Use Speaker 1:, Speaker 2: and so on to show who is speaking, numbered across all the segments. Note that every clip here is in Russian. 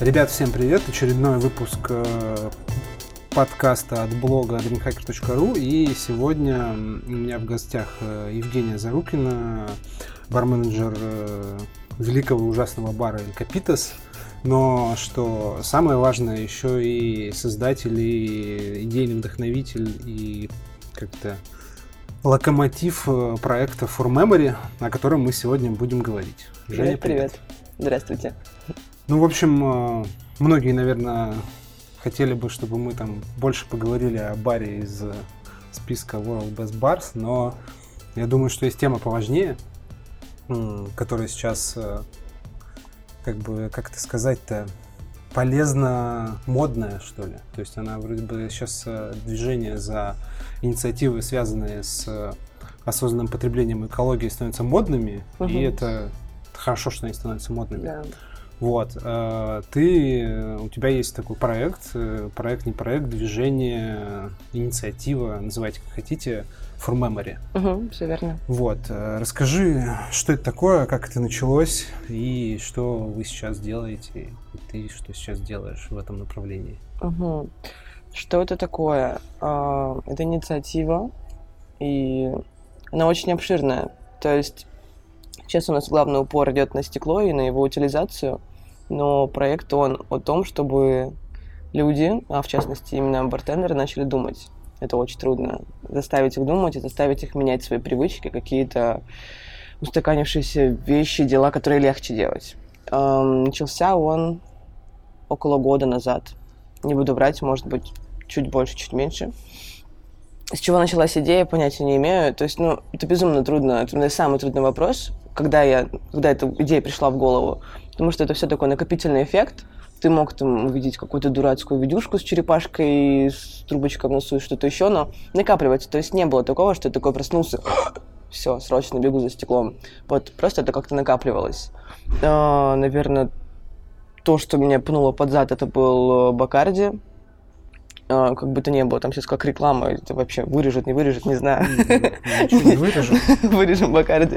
Speaker 1: Ребят, всем привет! Очередной выпуск подкаста от блога dreamhacker.ru. И сегодня у меня в гостях Евгения Зарукина, бар-менеджер великого ужасного бара «Эль Капитас». Но что самое важное, еще и создатель, и идейный вдохновитель, и как-то локомотив проекта For Memory, о котором мы сегодня будем говорить. Женя,
Speaker 2: привет. Здравствуйте.
Speaker 1: Ну, в общем, многие, наверное, хотели бы, чтобы мы там больше поговорили о баре из списка World Best Bars, но я думаю, что есть тема поважнее, которая сейчас, как это сказать-то, полезно модная, что ли. То есть она вроде бы сейчас движение за инициативы, связанные с осознанным потреблением и экологией, становятся модными, и это хорошо, что они становятся модными.
Speaker 2: Да.
Speaker 1: Вот, у тебя есть такой проект, не проект, движение, инициатива, называйте как хотите, For Memory.
Speaker 2: Все верно.
Speaker 1: Вот, расскажи, что это такое, как это началось, и что вы сейчас делаете, и ты что сейчас делаешь в этом направлении.
Speaker 2: Что это такое? Это инициатива, и она очень обширная, то есть сейчас у нас главный упор идет на стекло и на его утилизацию, но проект он о том, чтобы люди, а в частности именно бартендеры, начали думать. Это очень трудно. Заставить их думать и заставить их менять свои привычки, какие-то устаканившиеся вещи, дела, которые легче делать. Начался он около года назад. Не буду врать, может быть, чуть больше, чуть меньше. С чего началась идея, понятия не имею. То есть, это безумно трудно. Это, наверное, самый трудный вопрос, когда эта идея пришла в голову. Потому что это все такой накопительный эффект. Ты мог там увидеть какую-то дурацкую видюшку с черепашкой, с трубочкой в носу и что-то еще, но накапливается. То есть не было такого, что я такой проснулся, все, срочно бегу за стеклом. Вот, просто это как-то накапливалось. Наверное, то, что меня пнуло под зад, это был Бакарди. Как бы то ни было, там сейчас как реклама, это вообще вырежет, не вырежет, не знаю.
Speaker 1: Ничего не вырежем.
Speaker 2: Вырежем Бакарди.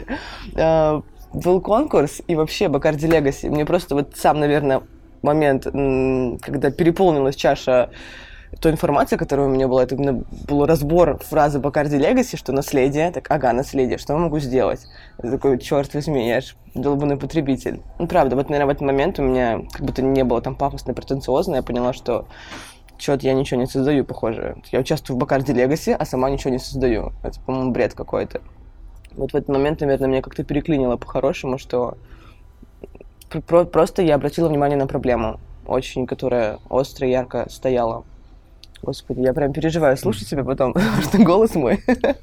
Speaker 2: Был конкурс, и вообще Бакарди Легаси. Мне просто вот сам, наверное, момент, когда переполнилась чаша той информации, которая у меня была, это именно был разбор фразы Бакарди Легаси, что наследие, наследие, что я могу сделать? Я такой, черт возьми, я же долбанный потребитель. Правда, вот, наверное, в этот момент у меня как будто не было там пафосно, претенциозно, я поняла, что я ничего не создаю, похоже. Я участвую в Бакарди Легаси, а сама ничего не создаю. Это, по-моему, бред какой-то. Вот в этот момент, наверное, меня как-то переклинило по-хорошему, что просто я обратила внимание на проблему, очень, которая остро и ярко стояла. Господи, я прям переживаю слушать себя потом, потому что голос мой.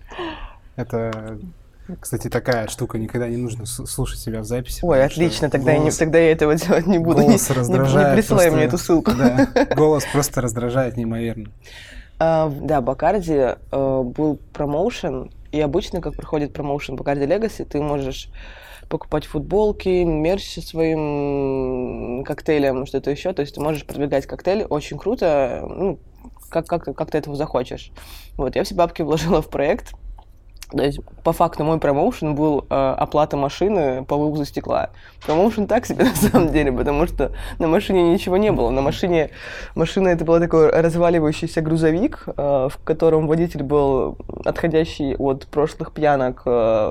Speaker 1: Это, кстати, такая штука, никогда не нужно слушать себя в записи.
Speaker 2: Ой, отлично, тогда я этого делать не буду.
Speaker 1: Голос раздражает.
Speaker 2: Не присылай мне эту ссылку.
Speaker 1: Да, голос просто раздражает неимоверно.
Speaker 2: Да, Бакарди был промоушен, и обычно, как проходит промоушен Бакарди Легаси, ты можешь покупать футболки, мерч со своим коктейлем, что-то еще, то есть ты можешь продвигать коктейль, очень круто, как ты этого захочешь. Вот, я все бабки вложила в проект. То есть, по факту, мой промоушен был оплата машины по вывозу стекла. Промоушен так себе, на самом деле, потому что на машине ничего не было. На машина это был такой разваливающийся грузовик, в котором водитель был отходящий от прошлых пьянок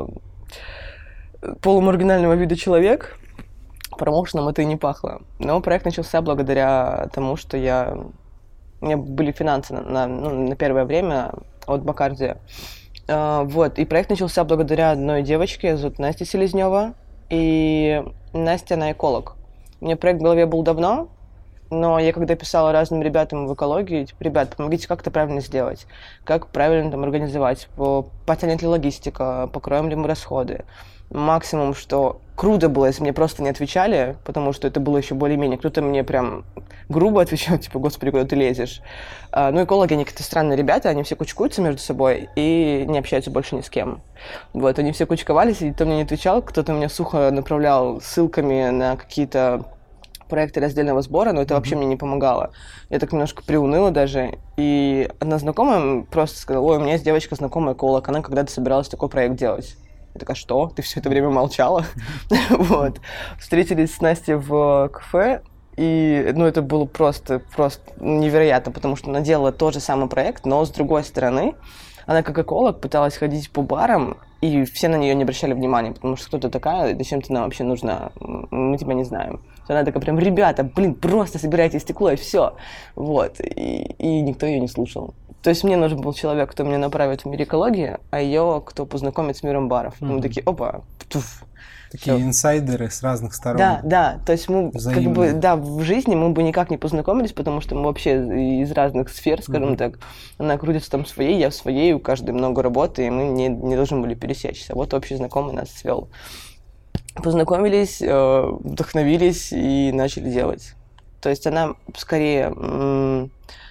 Speaker 2: полумаргинального вида человек. Промоушеном это и не пахло. Но проект начался благодаря тому, что у меня были финансы на первое время от Бакарди. Вот, и проект начался благодаря одной девочке, ее зовут Настя Селезнева, и Настя, она эколог. У меня проект в голове был давно, но я когда писала разным ребятам в экологии, типа, ребят, помогите как-то правильно сделать, как правильно там организовать, потянет ли логистика, покроем ли мы расходы. Максимум, что круто было, если мне просто не отвечали, потому что это было еще более-менее. Кто-то мне прям грубо отвечал, типа, господи, куда ты лезешь. Экологи, они какие-то странные ребята, они все кучкуются между собой и не общаются больше ни с кем. Вот, они все кучковались, и кто мне не отвечал, кто-то меня сухо направлял ссылками на какие-то проекты раздельного сбора, но это вообще мне не помогало. Я так немножко приуныла даже. И одна знакомая просто сказала, ой, у меня есть девочка знакомая эколог, она когда-то собиралась такой проект делать. Я такая, что? Ты все это время молчала? Вот. Встретились с Настей в кафе, И, ну, это было просто невероятно, потому что она делала тот же самый проект, но с другой стороны, она как эколог пыталась ходить по барам, и все на нее не обращали внимания, потому что кто ты такая, зачем ты нам вообще нужна, мы тебя не знаем. Она такая прям, ребята, блин, просто собирайте стекло и все. Вот, и никто ее не слушал. То есть мне нужен был человек, кто меня направит в мир экологии, а ее кто познакомит с миром баров. Мы такие, опа, туф.
Speaker 1: Такие инсайдеры с разных сторон.
Speaker 2: Да, то есть мы как бы, да, в жизни мы бы никак не познакомились, потому что мы вообще из разных сфер, скажем так. Она крутится там своей, я в своей, у каждой много работы, и мы не должны были пересечься. Вот общий знакомый нас свел. Познакомились, вдохновились и начали делать. То есть она скорее...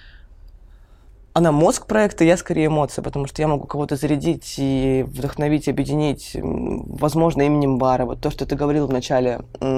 Speaker 2: Она мозг проекта, я скорее эмоция, потому что я могу кого-то зарядить и вдохновить, объединить, возможно, именем бара. Вот то, что ты говорил в начале,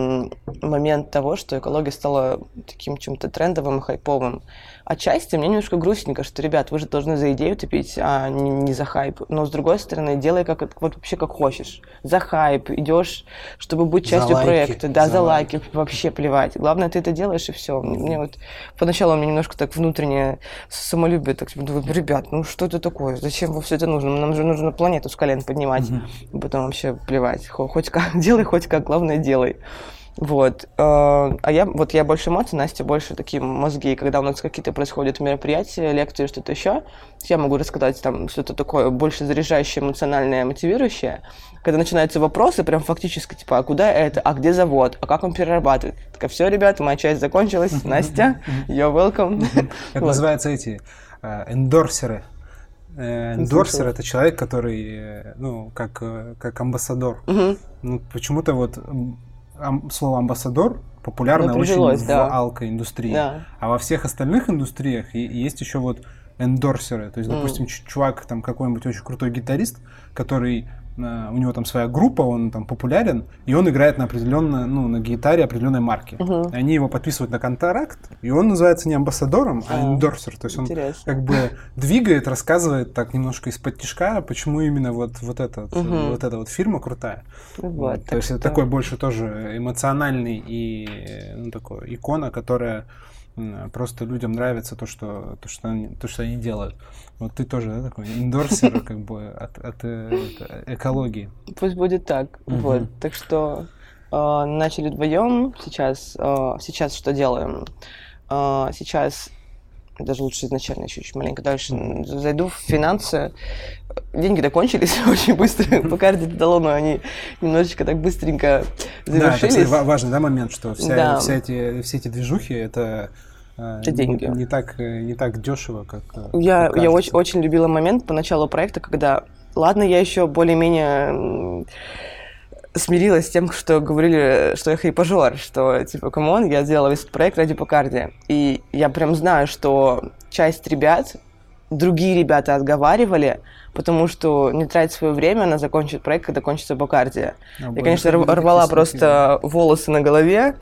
Speaker 2: момент того, что экология стала таким чем-то трендовым и хайповым. Отчасти мне немножко грустненько, что, ребят, вы же должны за идею топить, а не за хайп. Но, с другой стороны, делай вот вообще как хочешь. За хайп идешь, чтобы быть частью проекта. Да, за лайки, вообще плевать. Главное, ты это делаешь, и все. Мне вот поначалу у меня немножко так внутреннее самолюбие, так думаю, ребят, ну что это такое? Зачем вам все это нужно? Нам же нужно планету с колен поднимать. Потом вообще плевать. Хоть как, делай, хоть как, главное, делай. Вот. А я больше эмоций, Настя больше такие мозги. И когда у нас какие-то происходят мероприятия, лекции, что-то еще, я могу рассказать там что-то такое больше заряжающее, эмоциональное, мотивирующее. Когда начинаются вопросы, прям фактически, типа, а куда это, а где завод, а как он перерабатывает? Так, все, ребята, моя часть закончилась. Настя, you're welcome.
Speaker 1: Как называются эти эндорсеры? Эндорсер — это человек, который, ну, как амбассадор. Ну, почему-то вот слово «амбассадор» популярно очень в алкоиндустрии, а во всех остальных индустриях есть еще вот эндорсеры. То есть, допустим, чувак, там какой-нибудь очень крутой гитарист, который у него там своя группа, он там популярен, и он играет на определенной, ну, на гитаре определенной марки. И они его подписывают на контракт, и он называется не амбассадором, а эндорсер. То есть он как бы двигает, рассказывает так немножко из-под тишка, почему именно вот эта вот фирма крутая. Вот. То есть это такой больше тоже эмоциональный и, ну, такой икона, которая просто людям нравится то, что они делают. Вот ты тоже, да, такой эндорсер как бы от экологии.
Speaker 2: Пусть будет так. Вот. Так что начали вдвоем. Сейчас что делаем? Сейчас даже лучше изначально чуть-чуть маленько дальше зайду в финансы. Деньги закончились очень быстро. По карте талону они немножечко так быстренько завершились.
Speaker 1: Да, это важный, да, момент, что все эти движухи — это
Speaker 2: деньги.
Speaker 1: Не так дешево, как
Speaker 2: я очень любила момент по началу проекта, когда, ладно, я еще более-менее смирилась с тем, что говорили, что я хайпажор, что, типа, камон, я сделала весь этот проект ради Бакарди. И я прям знаю, что часть ребят, другие ребята отговаривали, потому что не тратить свое время, она закончит проект, когда кончится Бакарди. Я, конечно, рвала просто волосы на голове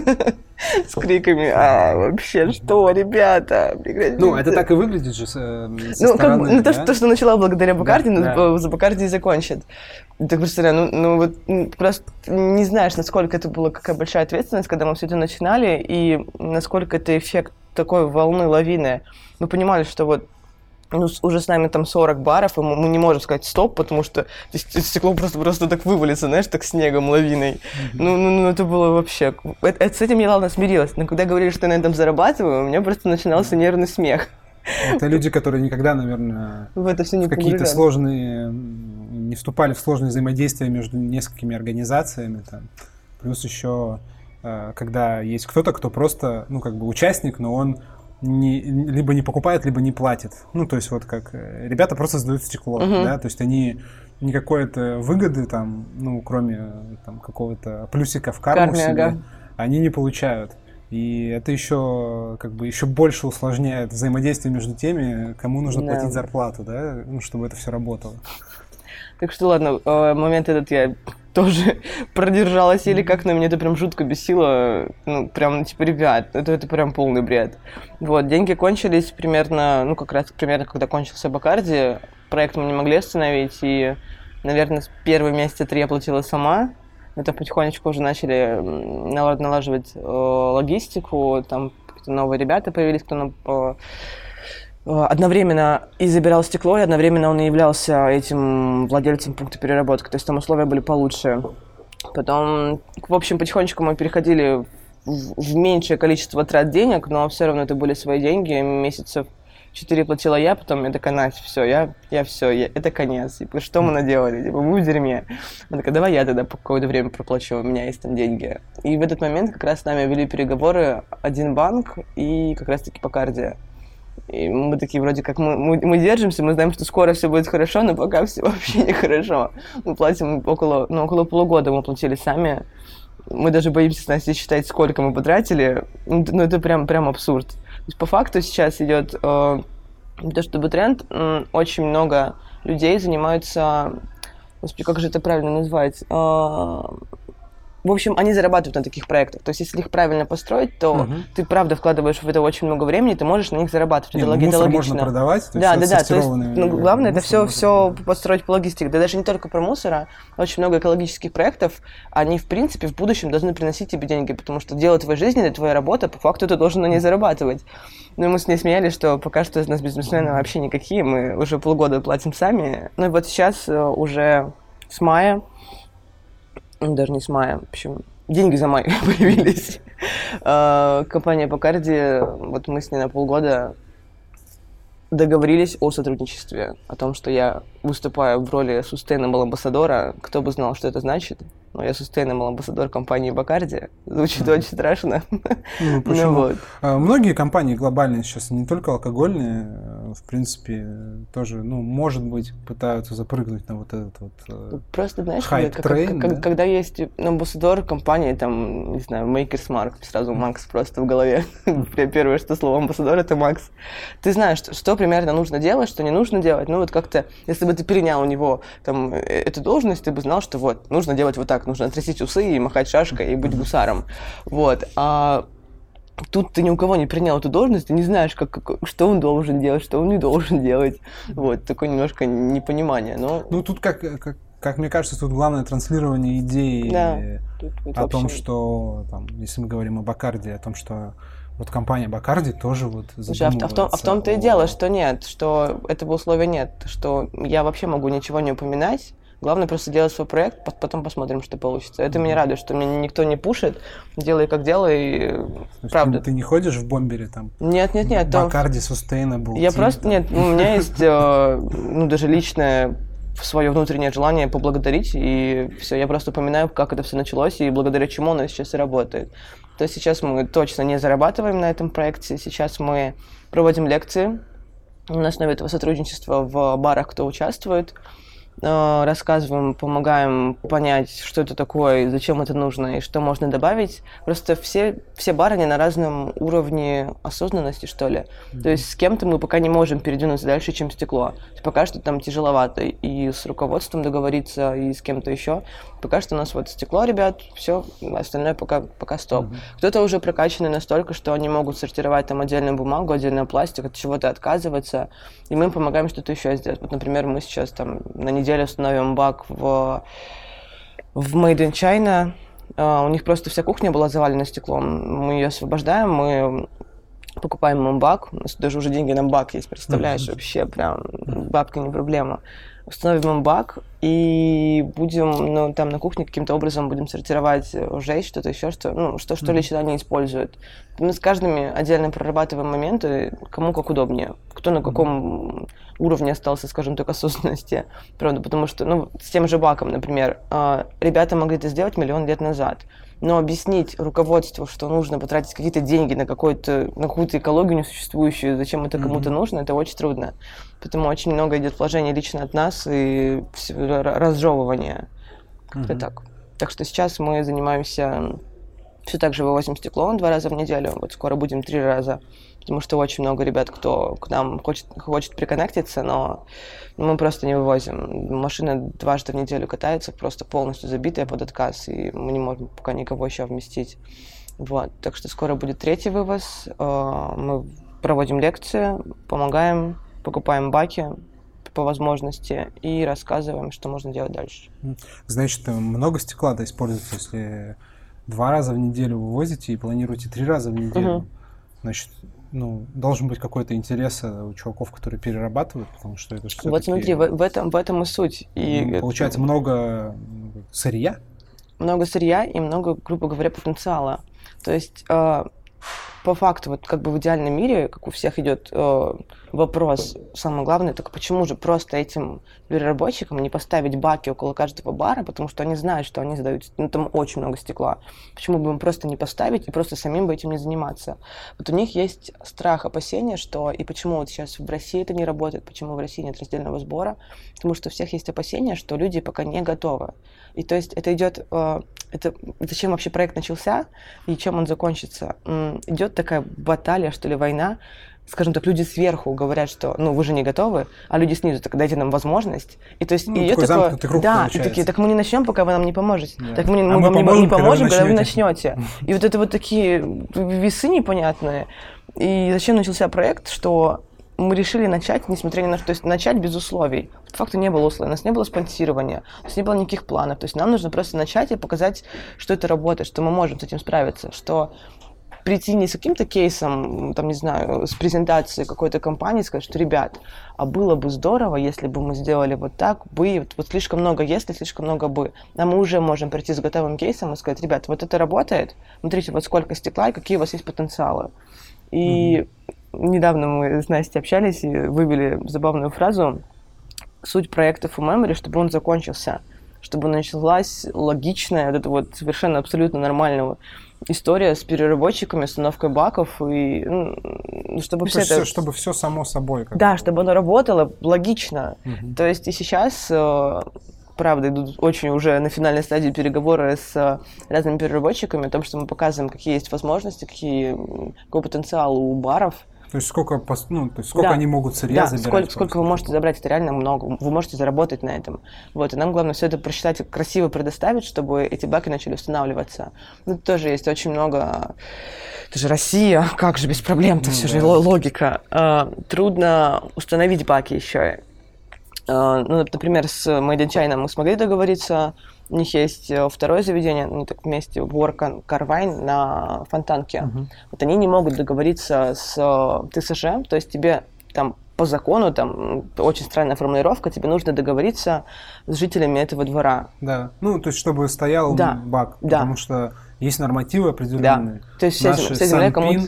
Speaker 2: с криками: «А, вообще, что, ребята, прекратите!»
Speaker 1: Ну, это так и выглядит же со стороны.
Speaker 2: Ну, то, что начала благодаря Бакарди, но за Бакарди и закончит. Так представляю, вот просто не знаешь, насколько это была какая большая ответственность, когда мы все это начинали, и насколько это эффект такой волны, лавины. Мы понимали, что вот уже с нами там 40 баров, и мы не можем сказать стоп, потому что стекло просто так вывалится, знаешь, так снегом, лавиной. Ну, это было вообще... С этим я, ладно, смирилась, но когда говорили, что я на этом зарабатываю, у меня просто начинался нервный смех.
Speaker 1: Это люди, которые никогда, наверное, в какие-то сложные... не вступали в сложные взаимодействия между несколькими организациями. Там. Плюс еще, когда есть кто-то, кто просто, ну, как бы участник, но он либо не покупает, либо не платит. Ну, то есть вот как ребята просто сдают стекло, да, то есть они никакой-то выгоды там, ну, кроме там какого-то плюсика в карму себе, они не получают. И это еще как бы еще больше усложняет взаимодействие между теми, кому нужно платить зарплату, да, ну, чтобы это все работало.
Speaker 2: Так что ладно, момент этот я тоже продержалась, или как, но меня это прям жутко бесило. Ну, прям, типа, ребят, это прям полный бред. Вот, деньги кончились примерно, ну, как раз примерно, когда кончился Бакарди. Проект мы не могли остановить, и, наверное, первые месяца 3 я платила сама. Это потихонечку уже начали налаживать логистику, там какие-то новые ребята появились, кто нам одновременно и забирал стекло, и одновременно он и являлся этим владельцем пункта переработки. То есть там условия были получше. Потом, в общем, потихонечку мы переходили в меньшее количество трат денег, но все равно это были свои деньги. Месяцев 4 платила я, потом я такая: Настя, все, это конец. Типа, что мы наделали? Типа, мы в дерьме. Она такая: давай я тогда по какое-то время проплачу, у меня есть там деньги. И в этот момент как раз с нами вели переговоры один банк и как раз-таки Бакарди. И мы такие вроде как, мы держимся, мы знаем, что скоро все будет хорошо, но пока все вообще нехорошо. Мы платим около полугода мы платили сами. Мы даже боимся с Настей считать, сколько мы потратили. Ну, это прям абсурд. То есть, по факту сейчас идет то, чтобы тренд, очень много людей занимаются... Господи, как же это правильно назвать? В общем, они зарабатывают на таких проектах. То есть, если их правильно построить, то ты, правда, вкладываешь в это очень много времени, ты можешь на них зарабатывать.
Speaker 1: Это логично. Можно продавать.
Speaker 2: Да. То есть, главное, это все построить по логистике. Да даже не только про мусор, а очень много экологических проектов, они, в принципе, в будущем должны приносить тебе деньги, потому что дело твоей жизни, это твоя работа, по факту ты должен на ней зарабатывать. Ну, и мы с ней смеялись, что пока что из нас бизнесмены вообще никакие, мы уже полгода платим сами. Ну, и вот сейчас уже с мая, даже не с мая, в общем, деньги за май появились. Компания Бакарди, вот мы с ней на полгода договорились о сотрудничестве, о том, что я выступаю в роли Sustainable амбассадора. Кто бы знал, что это значит. Но я Sustainable амбассадор компании Бакарди. Звучит очень страшно.
Speaker 1: Ну, почему? Вот. Многие компании глобальные сейчас, не только алкогольные, в принципе, тоже, может быть, пытаются запрыгнуть на вот этот вот
Speaker 2: просто, знаешь,
Speaker 1: хайп-трейн.
Speaker 2: Когда есть амбассадор компании, там, не знаю, Maker's Mark, сразу Макс просто в голове. Первое, что слово амбассадор, это Макс. Ты знаешь, что примерно нужно делать, что не нужно делать. Ну, вот как-то, если бы ты перенял у него там эту должность, ты бы знал, что вот, нужно делать вот так, нужно отрастить усы и махать шашкой и быть гусаром. Вот. А тут ты ни у кого не принял эту должность, ты не знаешь, что он должен делать, что он не должен делать. Вот. Такое немножко непонимание. Но...
Speaker 1: Ну, тут, как мне кажется, тут главное транслирование идеи о том, что, там, если мы говорим о Бакарди, о том, что вот компания Бакарди тоже вот задумывается.
Speaker 2: В том-то и дело, что нет, что этого условия нет, что я вообще могу ничего не упоминать. Главное просто делать свой проект, потом посмотрим, что получится. Это меня радует, что меня никто не пушит. Делай как делай, правда.
Speaker 1: Ты не ходишь в бомбере там?
Speaker 2: Нет.
Speaker 1: Бакарди Sustainable.
Speaker 2: Я просто, нет, у меня есть, даже личное свое внутреннее желание поблагодарить, и все, я просто упоминаю, как это все началось, и благодаря чему оно сейчас и работает. То есть сейчас мы точно не зарабатываем на этом проекте, сейчас мы проводим лекции на основе этого сотрудничества в барах, кто участвует, рассказываем, помогаем понять, что это такое, зачем это нужно и что можно добавить. Просто все бары, они на разном уровне осознанности, что ли. То есть с кем-то мы пока не можем передвинуться дальше, чем стекло. Пока что там тяжеловато и с руководством договориться, и с кем-то еще. Пока что у нас вот стекло, ребят, все, остальное пока стоп. Кто-то уже прокачанный настолько, что они могут сортировать там отдельную бумагу, отдельный пластик, от чего-то отказываться, и мы им помогаем что-то еще сделать. Вот, например, мы сейчас там на неделю установим бак в Made in China. У них просто вся кухня была завалена стеклом. Мы ее освобождаем, мы покупаем им бак. У нас даже уже деньги на бак есть, представляешь? Вообще прям бабка не проблема. Установим им бак и будем, там на кухне каким-то образом будем сортировать жесть, что-то еще, что лично они используют. Мы с каждым отдельно прорабатываем моменты, кому как удобнее, кто на каком уровне остался, скажем так, осознанности. Правда, потому что, с тем же баком, например, ребята могли это сделать миллион лет назад. Но объяснить руководству, что нужно потратить какие-то деньги на какую-то экологию несуществующую, зачем это кому-то нужно, это очень трудно. Поэтому очень много идет вложений лично от нас и разжевывания. Как-то так. Так что сейчас мы занимаемся... Все так же вывозим стекло 2 раза в неделю. Вот скоро будем 3 раза. Потому что очень много ребят, кто к нам хочет приконнектиться, но мы просто не вывозим. Машина 2 раза в неделю катается, просто полностью забитая под отказ, и мы не можем пока никого еще вместить. Вот. Так что скоро будет 3-й вывоз. Мы проводим лекции, помогаем, покупаем баки, проект по возможности и рассказываем, что можно делать дальше.
Speaker 1: Значит, много стекла-то используется, если 2 раза в неделю вывозите и планируете 3 раза в неделю. Значит, должен быть какой-то интерес у чуваков, которые перерабатывают, потому что это все-таки...
Speaker 2: Вот смотри, в этом и суть. И
Speaker 1: получается, много сырья?
Speaker 2: Много сырья и много, грубо говоря, потенциала. То есть, по факту, вот как бы в идеальном мире, как у всех идет вопрос, самое главное, так почему же просто этим переработчикам не поставить баки около каждого бара, потому что они знают, что они задают, там очень много стекла. Почему бы им просто не поставить и просто самим бы этим не заниматься? Вот у них есть страх, опасения, что, и почему вот сейчас в России это не работает, почему в России нет раздельного сбора, потому что у всех есть опасения, что люди пока не готовы. И то есть это идет, зачем вообще проект начался и чем он закончится? Идет такая баталия, что ли, война. Скажем так, люди сверху говорят, что вы же не готовы, а люди снизу, так дайте нам возможность. И то есть идет такое, да, и такие, так мы не начнем, пока вы нам не поможете. Да. Так мы вам не поможем, когда вы начнете. И вот это вот такие весы непонятные. И зачем начался проект, что мы решили начать, несмотря ни на что, то есть начать без условий. По факту не было условий, у нас не было спонсирования, у нас не было никаких планов. То есть нам нужно просто начать и показать, что это работает, что мы можем с этим справиться, что прийти не с каким-то кейсом, там, не знаю, с презентацией какой-то компании, сказать, что, ребят, а было бы здорово, если бы мы сделали вот так, вот слишком много если, слишком много бы. А мы уже можем прийти с готовым кейсом и сказать, ребят, вот это работает, смотрите, вот сколько стекла и какие у вас есть потенциалы. И недавно мы с Настей общались и вывели забавную фразу: суть проекта Full Memory, чтобы он закончился, чтобы началась логичная, вот эта вот совершенно абсолютно нормальная история с переработчиками, установкой баков, и чтобы все это...
Speaker 1: Чтобы все само собой.
Speaker 2: Да, чтобы оно работало логично. То есть и сейчас, правда, идут очень уже на финальной стадии переговоры с разными переработчиками о том, что мы показываем, какие есть возможности, какой потенциал у баров.
Speaker 1: То есть сколько они могут сырья забирать?
Speaker 2: Сколько вы можете забрать, это реально много. Вы можете заработать на этом. Вот, и нам главное все это просчитать, красиво предоставить, чтобы эти баки начали устанавливаться. Тут тоже есть очень много... Это же Россия, как же без проблем-то, все же логика. Трудно установить баки еще. Например, с Made in China мы смогли договориться. У них есть второе заведение, они так вместе, Work Carvine на Фонтанке. Вот они не могут договориться с ТСЖ, то есть тебе там по закону, там очень странная формулировка, тебе нужно договориться с жителями этого двора.
Speaker 1: Да, то есть чтобы стоял бак, потому что есть нормативы определенные.
Speaker 2: Да, то есть вся земля кому-то...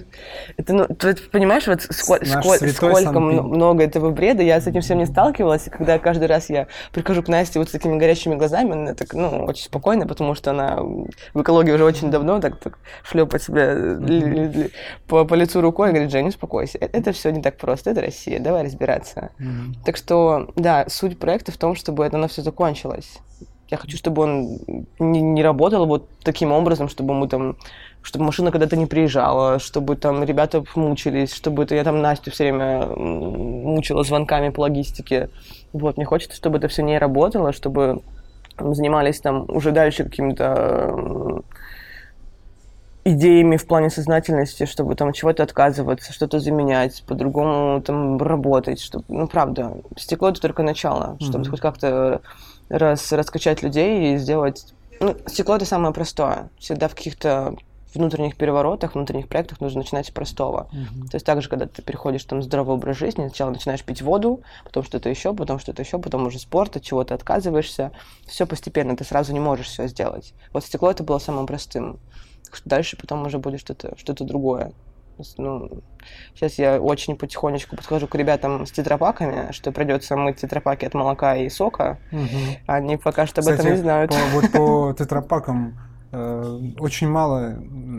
Speaker 2: Ты понимаешь, вот сколько много этого бреда, я с этим всем не сталкивалась, и когда каждый раз я прихожу к Насте вот с такими горящими глазами, она так, очень спокойно, потому что она в экологии уже очень давно так шлепает себя по лицу рукой и говорит: Жень, успокойся, это все не так просто, это Россия, давай разбираться. Так что, да, суть проекта в том, чтобы оно все закончилось. Я хочу, чтобы он не работал вот таким образом, чтобы машина когда-то не приезжала, чтобы там ребята мучились, чтобы я там Настю все время мучила звонками по логистике. Вот, мне хочется, чтобы это все не работало, чтобы мы занимались там уже дальше какими-то идеями в плане сознательности, чтобы там чего-то отказываться, что-то заменять, по-другому там работать, чтобы, правда, стекло — это только начало, чтобы хоть как-то раскачать людей и сделать... стекло — это самое простое. Всегда в каких-то внутренних переворотах, внутренних проектах нужно начинать с простого. То есть также, когда ты переходишь там здоровый образ жизни, сначала начинаешь пить воду, потом что-то еще, потом уже спорт, от чего ты отказываешься. Все постепенно, ты сразу не можешь все сделать. Вот стекло — это было самым простым. Дальше потом уже будет что-то другое. Сейчас я очень потихонечку подхожу к ребятам с тетрапаками, что придется мыть тетрапаки от молока и сока. Они пока что об этом не знают.
Speaker 1: По тетрапакам очень мало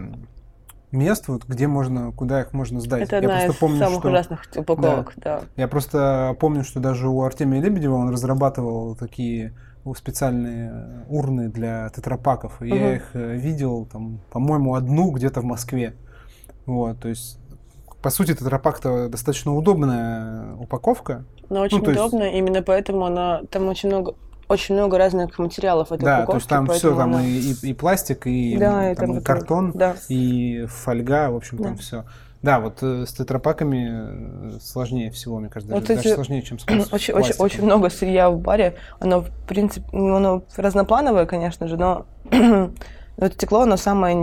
Speaker 1: мест, куда их можно сдать.
Speaker 2: Это одна из самых ужасных упаковок. Да.
Speaker 1: Я просто помню, что даже у Артемия Лебедева он разрабатывал такие специальные урны для тетрапаков. И я их видел, по-моему, одну где-то в Москве. Вот, то есть, по сути, тетрапак-то достаточно удобная упаковка.
Speaker 2: Но очень удобная, именно поэтому там очень много разных материалов этой упаковки.
Speaker 1: Да, то есть там все, там и пластик, и, и картон, и фольга, в общем, там все. Да, вот с тетрапаками сложнее всего, мне кажется,
Speaker 2: Вот
Speaker 1: даже сложнее, чем с пластиком.
Speaker 2: очень много сырья в баре. Оно, в принципе, оно разноплановое, конечно же, но это стекло, оно самое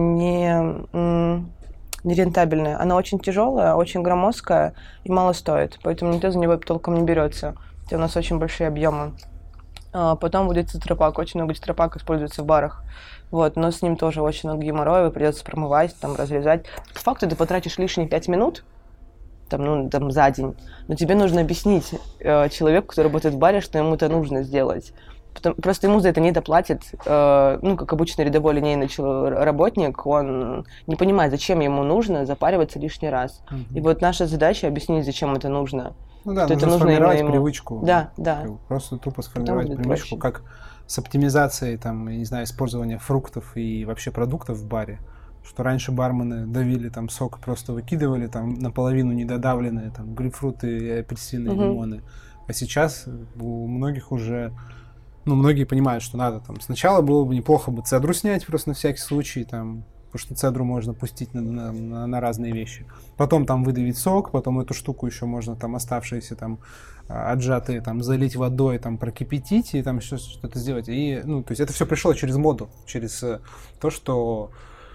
Speaker 2: нерентабельное. Оно очень тяжелое, очень громоздкое и мало стоит, поэтому никто за него толком не берется. У нас очень большие объемы. Потом будет тетрапак. Очень много тетрапак используется в барах. Вот, но с ним тоже очень много геморроя, придется промывать, там, разрезать. По факту ты потратишь лишние 5 минут там, за день, но тебе нужно объяснить человеку, который работает в баре, что ему это нужно сделать. Просто ему за это не доплатят. Как обычный рядовой линейный работник, он не понимает, зачем ему нужно запариваться лишний раз. И вот наша задача объяснить, зачем это нужно.
Speaker 1: Ну да, нужно сформировать привычку.
Speaker 2: Да.
Speaker 1: Просто тупо сформировать привычку, как с оптимизацией, там, я не знаю, использования фруктов и вообще продуктов в баре. Что раньше бармены давили там сок, просто выкидывали там наполовину недодавленные там грейпфруты, апельсины, лимоны. А сейчас у многих уже, многие понимают, что надо там. Сначала было бы неплохо бы цедру снять просто на всякий случай, там, потому что цедру можно пустить на разные вещи. Потом там выдавить сок, потом эту штуку еще можно там оставшиеся там отжатые там залить водой, там прокипятить и там еще что-то сделать. И, то есть это все пришло через моду, через то, что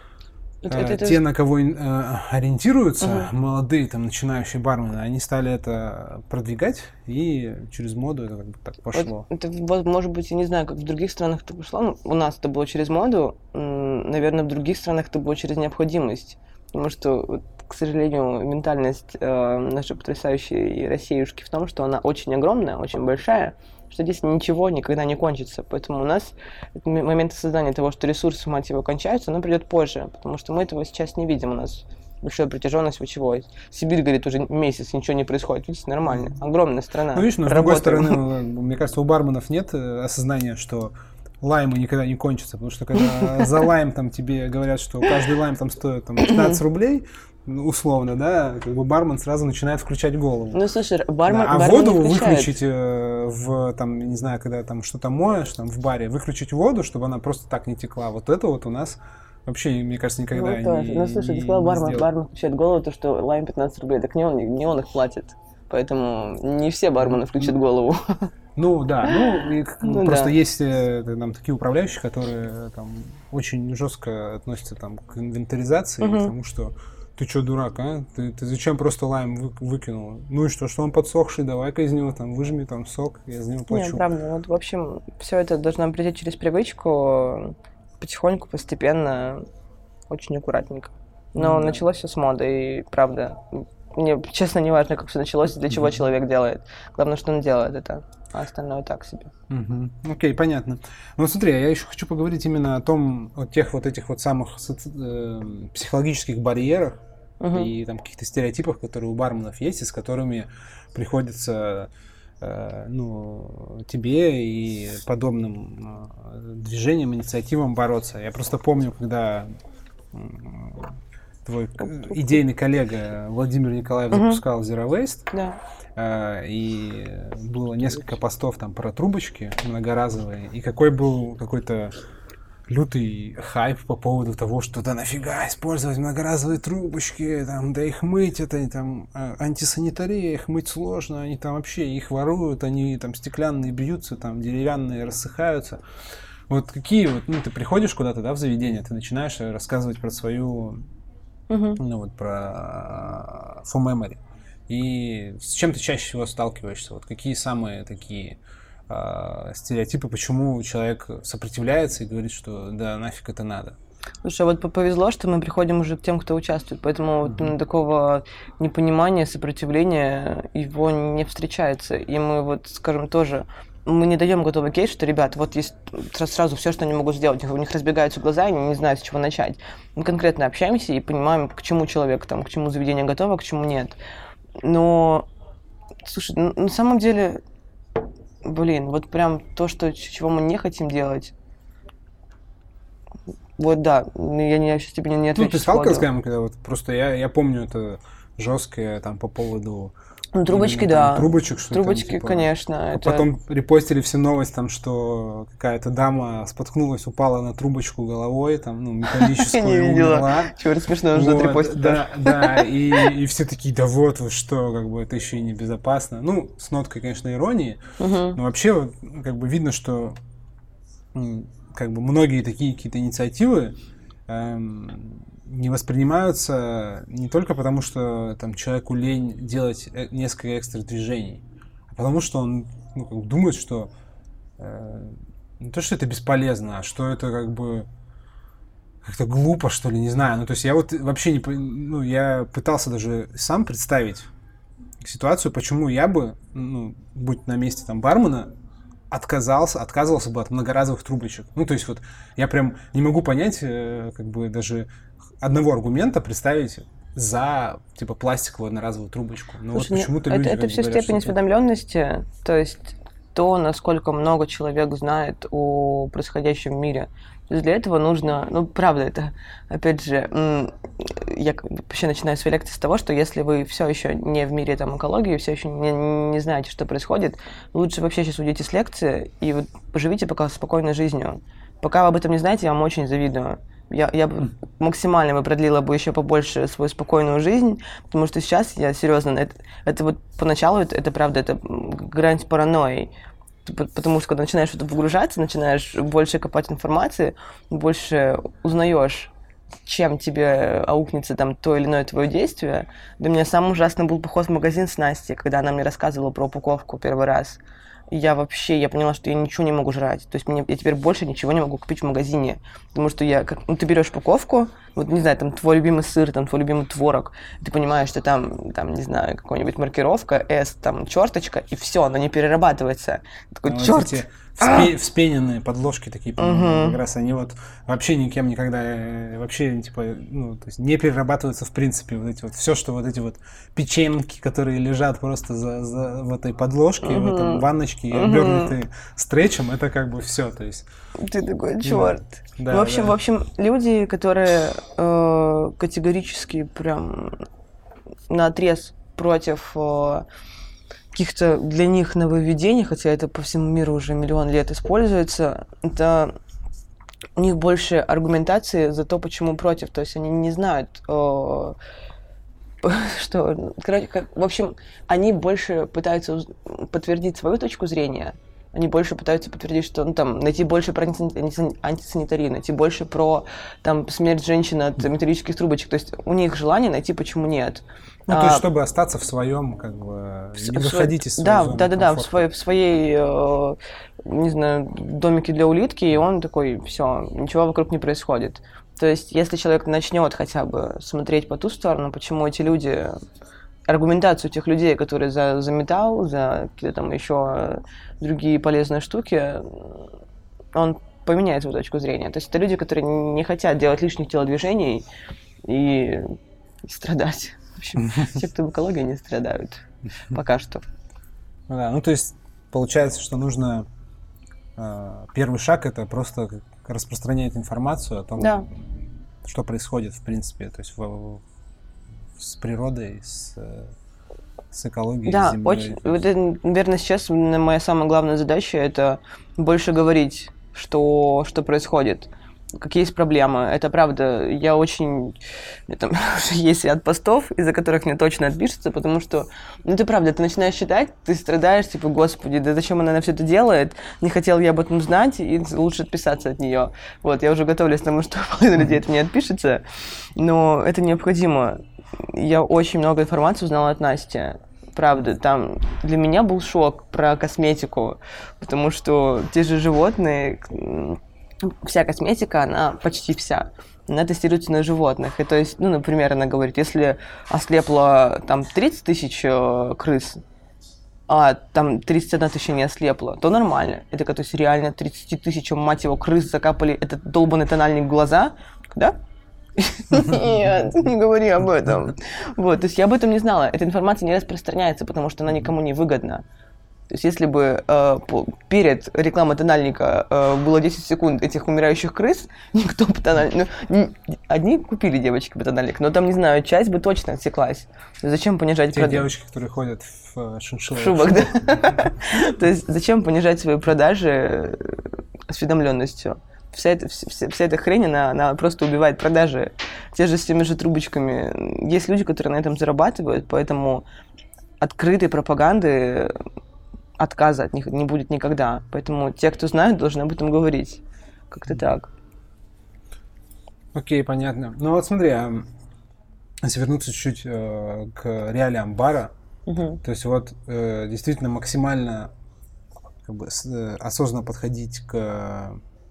Speaker 1: те, на кого ориентируются, молодые там начинающие бармены, они стали это продвигать, и через моду это как бы так пошло.
Speaker 2: Может быть, я не знаю, как в других странах это пошло. У нас это было через моду, наверное, в других странах это было через необходимость. Потому что, к сожалению, ментальность нашей потрясающей Россиюшки в том, что она очень огромная, очень большая, что здесь ничего никогда не кончится. Поэтому у нас момент создания того, что ресурсы, мать его, кончаются, оно придет позже, потому что мы этого сейчас не видим. У нас большая протяженность всего. Сибирь, говорит, уже месяц ничего не происходит. Видите, нормально. Огромная страна.
Speaker 1: Видишь, но с другой стороны, мне кажется, у барменов нет осознания, что лаймы никогда не кончатся, потому что когда за лайм там тебе говорят, что каждый лайм там стоит там 15 рублей, условно, да, как бы бармен сразу начинает включать голову.
Speaker 2: Слушай, бармен
Speaker 1: воду выключить там, не знаю, когда там что-то моешь, там в баре, выключить воду, чтобы она просто так не текла. Вот это вот у нас вообще, мне кажется, никогда не
Speaker 2: слушай, ты сказал, бармен включает голову, то, что лайм 15 рублей, так не он их платит. Поэтому не все бармены включат голову.
Speaker 1: Просто есть там такие управляющие, которые там очень жестко относятся там к инвентаризации, к тому, что ты что, дурак, а? Ты зачем просто лайм выкинул? Ну и что он подсохший, давай-ка из него там выжми там сок, я за него плачу.
Speaker 2: Не, правда, вот в общем, все это должно прийти через привычку, потихоньку, постепенно, очень аккуратненько. Но началось все с моды, и правда, мне, честно, не важно, как все началось и для чего человек делает. Главное, что он делает это, а остальное так себе.
Speaker 1: Окей, понятно. Ну, смотри, я еще хочу поговорить именно о тех вот этих вот самых психологических барьерах и там каких-то стереотипах, которые у барменов есть, и с которыми приходится тебе и подобным движениям, инициативам бороться. Я просто помню, когда твой идейный коллега Владимир Николаев запускал Zero Waste, и было несколько постов там про трубочки многоразовые, и какой был какой-то лютый хайп по поводу того, что да нафига использовать многоразовые трубочки, там, да их мыть, это там антисанитария, их мыть сложно, они там вообще их воруют, они там стеклянные бьются, там деревянные рассыхаются. Вот какие вот, ты приходишь куда-то, да, в заведение, ты начинаешь рассказывать про свою, про For Memory. И с чем ты чаще всего сталкиваешься? Вот какие самые такие стереотипы, почему человек сопротивляется и говорит, что да нафиг это надо?
Speaker 2: Слушай, вот повезло, что мы приходим уже к тем, кто участвует, поэтому вот такого непонимания, сопротивления его не встречается. И мы вот, скажем, тоже, мы не даем готовый кейс, что, ребят, вот есть сразу все, что они могут сделать, у них разбегаются глаза, и они не знают, с чего начать. Мы конкретно общаемся и понимаем, к чему человек, там, к чему заведение готово, к чему нет. Но, слушай, на самом деле, вот прям то, чего мы не хотим делать, вот да, я сейчас тебе не отвечу.
Speaker 1: Ты сталкивался, когда вот просто я помню это жесткое там по поводу
Speaker 2: Ну, трубочки,
Speaker 1: или,
Speaker 2: да.
Speaker 1: Трубочек, что
Speaker 2: Трубочки,
Speaker 1: там, типа,
Speaker 2: конечно.
Speaker 1: А потом репостили все новость, там, что какая-то дама споткнулась, упала на трубочку головой, там, металлическую, и умерла.
Speaker 2: Чего смешно уже отрепостить.
Speaker 1: Да, и все такие, да вот, вы что, как бы это еще и небезопасно. Ну, с ноткой, конечно, иронии, но вообще, как бы видно, что как бы многие такие какие-то инициативы не воспринимаются не только потому, что там человеку лень делать несколько экстра движений, а потому что он как бы думает, что не то, что это бесполезно, а что это как бы как-то глупо, что ли, не знаю. Ну, то есть я вот вообще не... я пытался даже сам представить ситуацию, почему я бы, будь на месте там бармена, отказывался бы от многоразовых трубочек. Ну, то есть вот я прям не могу понять, как бы даже одного аргумента представить за, типа, пластиковую одноразовую трубочку. Но
Speaker 2: Слушай,
Speaker 1: вот почему-то люди
Speaker 2: это все
Speaker 1: говорят,
Speaker 2: степень осведомленности, то есть то, насколько много человек знает о происходящем в мире. То есть для этого нужно, правда, это, опять же, я вообще начинаю свои лекции с того, что если вы все еще не в мире там экологии, все еще не знаете, что происходит, лучше вообще сейчас уйдите с лекции и вот поживите пока спокойной жизнью. Пока вы об этом не знаете, я вам очень завидую. Я бы максимально продлила бы еще побольше свою спокойную жизнь, потому что сейчас я серьезно, это вот поначалу, это правда, это грань с паранойей. Потому что когда начинаешь в это погружаться, начинаешь больше копать информации, больше узнаешь, чем тебе аукнется там то или иное твое действие. Для меня самый ужасный был поход в магазин с Настей, когда она мне рассказывала про упаковку первый раз. И я поняла, что я ничего не могу жрать. То есть я теперь больше ничего не могу купить в магазине. Потому что ты берешь упаковку, вот, не знаю, там, твой любимый сыр, там, твой любимый творог, ты понимаешь, что там, не знаю, какая-нибудь маркировка, S, там, черточка, и все, она не перерабатывается. Такой, черт!
Speaker 1: Вспененные подложки такие, по-моему, как раз они вот вообще никем никогда вообще, типа, то есть не перерабатываются в принципе вот эти вот, все, что вот эти вот печеньки, которые лежат просто в этой подложке, в этом ванночке, обернутые стречем, это как бы все, то есть...
Speaker 2: Ты такой, черт!
Speaker 1: Да,
Speaker 2: в общем, люди, которые категорически прям наотрез против... каких-то для них нововведений, хотя это по всему миру уже миллион лет используется, это у них больше аргументации за то, почему против. То есть они не знают, что... в общем, они больше пытаются подтвердить свою точку зрения, они больше пытаются подтвердить, что найти больше про антисанитарию, найти больше про смерть женщин от металлических трубочек. То есть у них желание найти, почему нет.
Speaker 1: То есть, чтобы остаться в своем, как бы, не выходить из своей зоны комфорта.
Speaker 2: В своей, не знаю, домике для улитки, и он такой, все, ничего вокруг не происходит. То есть, если человек начнет хотя бы смотреть по ту сторону, почему эти люди, аргументацию тех людей, которые за металл, за какие-то там еще другие полезные штуки, он поменяет свою точку зрения. То есть, это люди, которые не хотят делать лишних телодвижений и страдать. В общем, те, кто в экологии, не страдают. Пока что.
Speaker 1: Да, то есть получается, что нужно... Первый шаг — это просто распространять информацию о том, что происходит, в принципе, то есть с природой, с экологией, с землей. Да,
Speaker 2: очень. Вот это, наверное, сейчас моя самая главная задача — это больше говорить, что происходит. Какие есть проблемы. Это правда. Я очень... Там есть ряд постов, из-за которых мне точно отпишутся, потому что... это правда. Ты начинаешь читать, ты страдаешь, типа, господи, да зачем она все это делает? Не хотел я об этом знать, и лучше отписаться от нее. Вот, я уже готовлюсь к тому, что половина людей от меня отпишется, но это необходимо. Я очень много информации узнала от Насти. Правда, там для меня был шок про косметику, потому что те же животные... Вся косметика, она почти вся, она тестируется на животных. И то есть, например, она говорит, если ослепло там 30 тысяч крыс, а там 31 тысяча не ослепла, то нормально. Это то есть реально 30 тысячам, мать его, крыс закапали этот долбанный тональник в глаза, да? Нет, не говори об этом. Вот, то есть я об этом не знала. Эта информация не распространяется, потому что она никому не выгодна. То есть если бы перед рекламой тональника было 10 секунд этих умирающих крыс, никто бы тональник... одни купили девочки бы тональник, но там, не знаю, часть бы точно отсеклась. Зачем понижать
Speaker 1: продажи? Те девочки, которые ходят в шиншилловых
Speaker 2: шубах, да. То есть зачем понижать свои продажи осведомленностью? Вся эта хрень, она просто убивает продажи. Те же с теми же трубочками. Есть люди, которые на этом зарабатывают, поэтому открытой пропаганды, отказа от них не будет никогда. Поэтому те, кто знают, должны об этом говорить. Как-то так.
Speaker 1: Окей, понятно. Ну вот смотри, если вернуться чуть-чуть к реалиям бара, то есть вот действительно максимально осознанно подходить к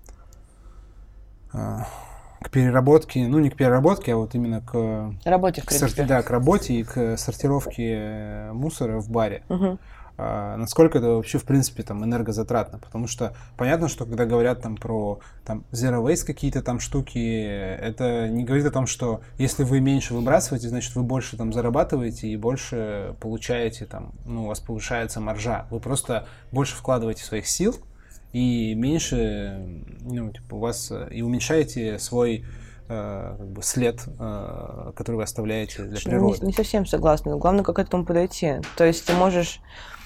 Speaker 1: переработке, ну не к переработке, а вот именно к
Speaker 2: работе, в принципе.
Speaker 1: Да, к работе и к сортировке мусора в баре. Насколько это вообще, в принципе, там, энергозатратно? Потому что понятно, что когда говорят там про там, zero waste какие-то там штуки, это не говорит о том, что если вы меньше выбрасываете, значит, вы больше там зарабатываете и больше получаете, там, ну, у вас повышается маржа. Вы просто больше вкладываете своих сил и меньше, ну, типа, у вас и уменьшаете свой как бы след, который вы оставляете для природы.
Speaker 2: Не совсем согласна. Главное, как к этому подойти. То есть ты можешь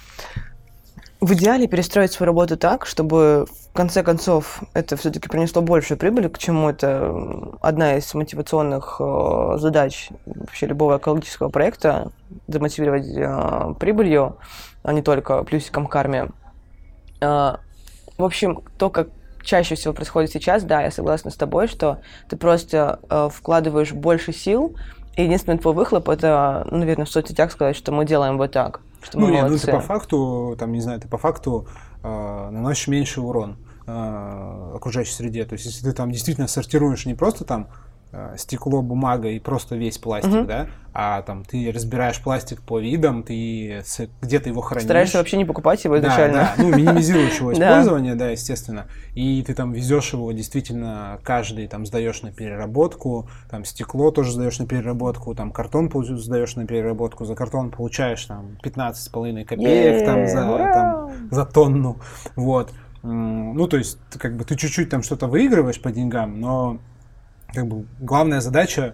Speaker 2: в идеале перестроить свою работу так, чтобы в конце концов это все-таки принесло большую прибыль, к чему это одна из мотивационных задач вообще любого экологического проекта, замотивировать прибылью, а не только плюсиком к карме. В общем, то, как чаще всего происходит сейчас, да, я согласна с тобой, что ты просто вкладываешь больше сил, и единственный твой выхлоп — это, наверное, в соцсетях сказать, что мы делаем вот так, что мы молодцы.
Speaker 1: Ну ты по факту, там, не знаю, наносишь меньший урон окружающей среде. То есть если ты там действительно сортируешь не просто там стекло, бумага и просто весь пластик, да, а там ты разбираешь пластик по видам, ты где-то его хранишь.
Speaker 2: Стараешься вообще не покупать его изначально.
Speaker 1: Да, минимизируешь его использование, да, естественно, и ты там везешь его действительно, каждый там сдаешь на переработку, там стекло тоже сдаешь на переработку, там картон сдаешь на переработку, за картон получаешь там 15,5 копеек за тонну, вот. Ну, то есть, как бы ты чуть-чуть там что-то выигрываешь по деньгам, но как бы главная задача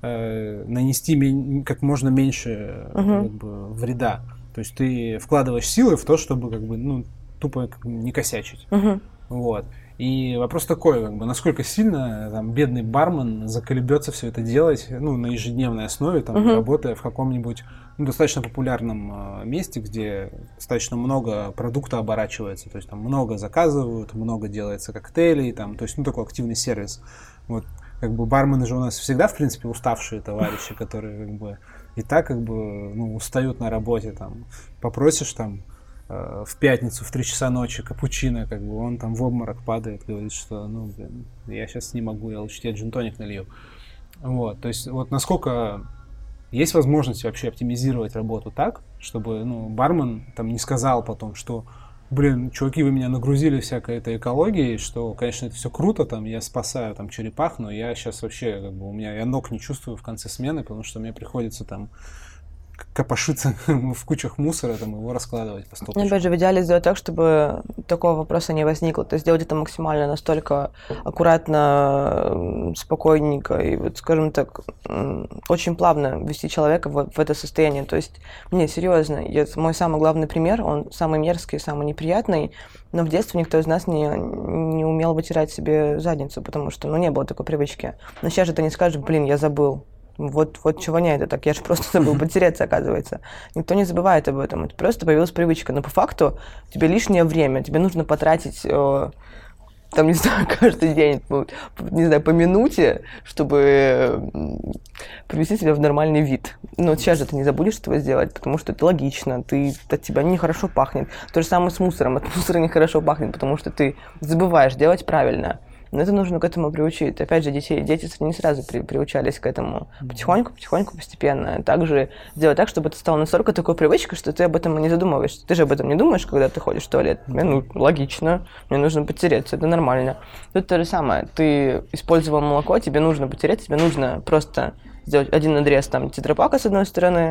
Speaker 1: нанести как можно меньше как бы, вреда. То есть ты вкладываешь силы в то, чтобы как бы, ну, тупо как бы, не косячить. Вот. И вопрос такой, как бы, насколько сильно там, бедный бармен заколебется все это делать, ну, на ежедневной основе, там, работая в каком-нибудь достаточно популярном месте, где достаточно много продукта оборачивается, то есть там много заказывают, много делается коктейлей, там, то есть, ну, такой активный сервис. Вот. Как бы бармены же у нас всегда, в принципе, уставшие товарищи, которые как бы и так как бы ну, устают на работе. Там, попросишь там в пятницу в 3 часа ночи капучино, как бы он там в обморок падает, говорит, что ну, блин, я сейчас не могу, я лучше тебе джин-тоник налью. Вот, то есть вот насколько есть возможность вообще оптимизировать работу так, чтобы ну, бармен там не сказал потом, что блин, чуваки, вы меня нагрузили всякой этой экологией, что, конечно, это все круто, там, я спасаю там черепах, но я сейчас вообще, как бы, я ног не чувствую в конце смены, потому что мне приходится там копошиться в кучах мусора, там, его раскладывать по стопочкам.
Speaker 2: Опять же, в идеале сделать так, чтобы такого вопроса не возникло. То есть сделать это максимально настолько аккуратно, спокойненько и, вот, скажем так, очень плавно ввести человека в это состояние. То есть, не, серьезно, мой самый главный пример, он самый мерзкий, самый неприятный, но в детстве никто из нас не умел вытирать себе задницу, потому что, ну, не было такой привычки. Но сейчас же ты не скажешь, блин, я забыл. Вот чего воняет это так, я же просто забыл потереться, оказывается. Никто не забывает об этом, это просто появилась привычка. Но по факту тебе лишнее время, тебе нужно потратить, там, не знаю, каждый день, не знаю, по минуте, чтобы привести себя в нормальный вид. Но сейчас же ты не забудешь этого сделать, потому что это логично, от тебя нехорошо пахнет. То же самое с мусором, от мусора нехорошо пахнет, потому что ты забываешь делать правильно. Но это нужно к этому приучить. Опять же, дети не сразу приучались к этому. Потихоньку, постепенно. Также сделать так, чтобы это стало настолько такой привычкой, что ты об этом и не задумываешься. Ты же об этом не думаешь, когда ты ходишь в туалет. Ну, логично, мне нужно потереться, это нормально. Тут то же самое. Ты использовал молоко, тебе нужно потереться, тебе нужно просто сделать один надрез там тетрапака с одной стороны,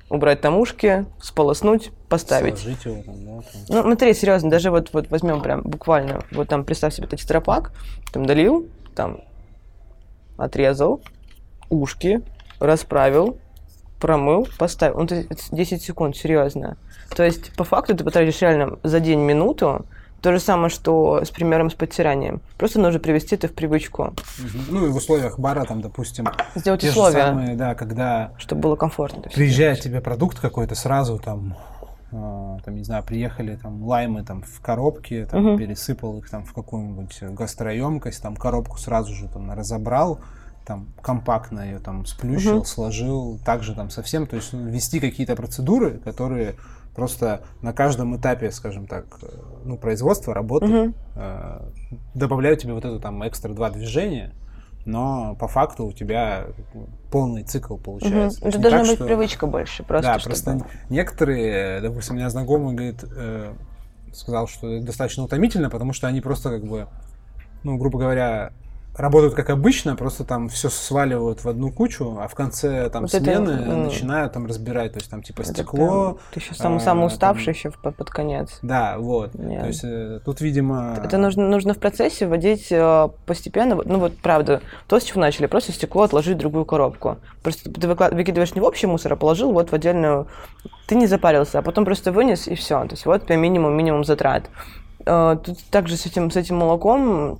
Speaker 2: убрать там ушки, сполоснуть, поставить.
Speaker 1: Сложить его там, да?
Speaker 2: Ну, смотри, серьезно, даже вот возьмем прям буквально, вот там представь себе тетрапак, там долил, там отрезал, ушки, расправил, промыл, поставил. Ну, то есть 10 секунд, серьезно. То есть, по факту, ты потратишь реально за день минуту. То же самое, что с примером с подтиранием. Просто нужно привести это в привычку.
Speaker 1: Ну и в условиях бара, там, допустим,
Speaker 2: сделать
Speaker 1: те
Speaker 2: условия,
Speaker 1: же самые, да, когда
Speaker 2: чтобы было комфортно.
Speaker 1: приезжает тебе продукт какой-то, сразу там, не знаю, приехали там лаймы там в коробке, там, пересыпал их там в какую-нибудь гастроемкость, там коробку сразу же там разобрал, там компактно ее там сплющил, сложил, также там совсем, то есть ввести какие-то процедуры, которые просто на каждом этапе, скажем так, ну, производства, работы добавляют тебе вот это там экстра 2 движения, но по факту у тебя полный цикл получается.
Speaker 2: Это должна быть привычка больше. Просто
Speaker 1: да, просто некоторые, допустим, у меня знакомый говорит, сказал, что это достаточно утомительно, потому что они просто как бы, ну, грубо говоря, работают как обычно, просто там все сваливают в одну кучу, а в конце там вот смены начинают там разбирать, то есть там типа стекло.
Speaker 2: Ты еще самый уставший еще под конец.
Speaker 1: Да, вот. Нет. То есть тут, видимо...
Speaker 2: Это нужно в процессе вводить постепенно, ну вот правда, то, с чего начали, просто стекло отложить в другую коробку. Просто ты выкидываешь не в общий мусор, а положил вот в отдельную... Ты не запарился, а потом просто вынес и все. То есть вот прям минимум затрат. Тут также с этим молоком...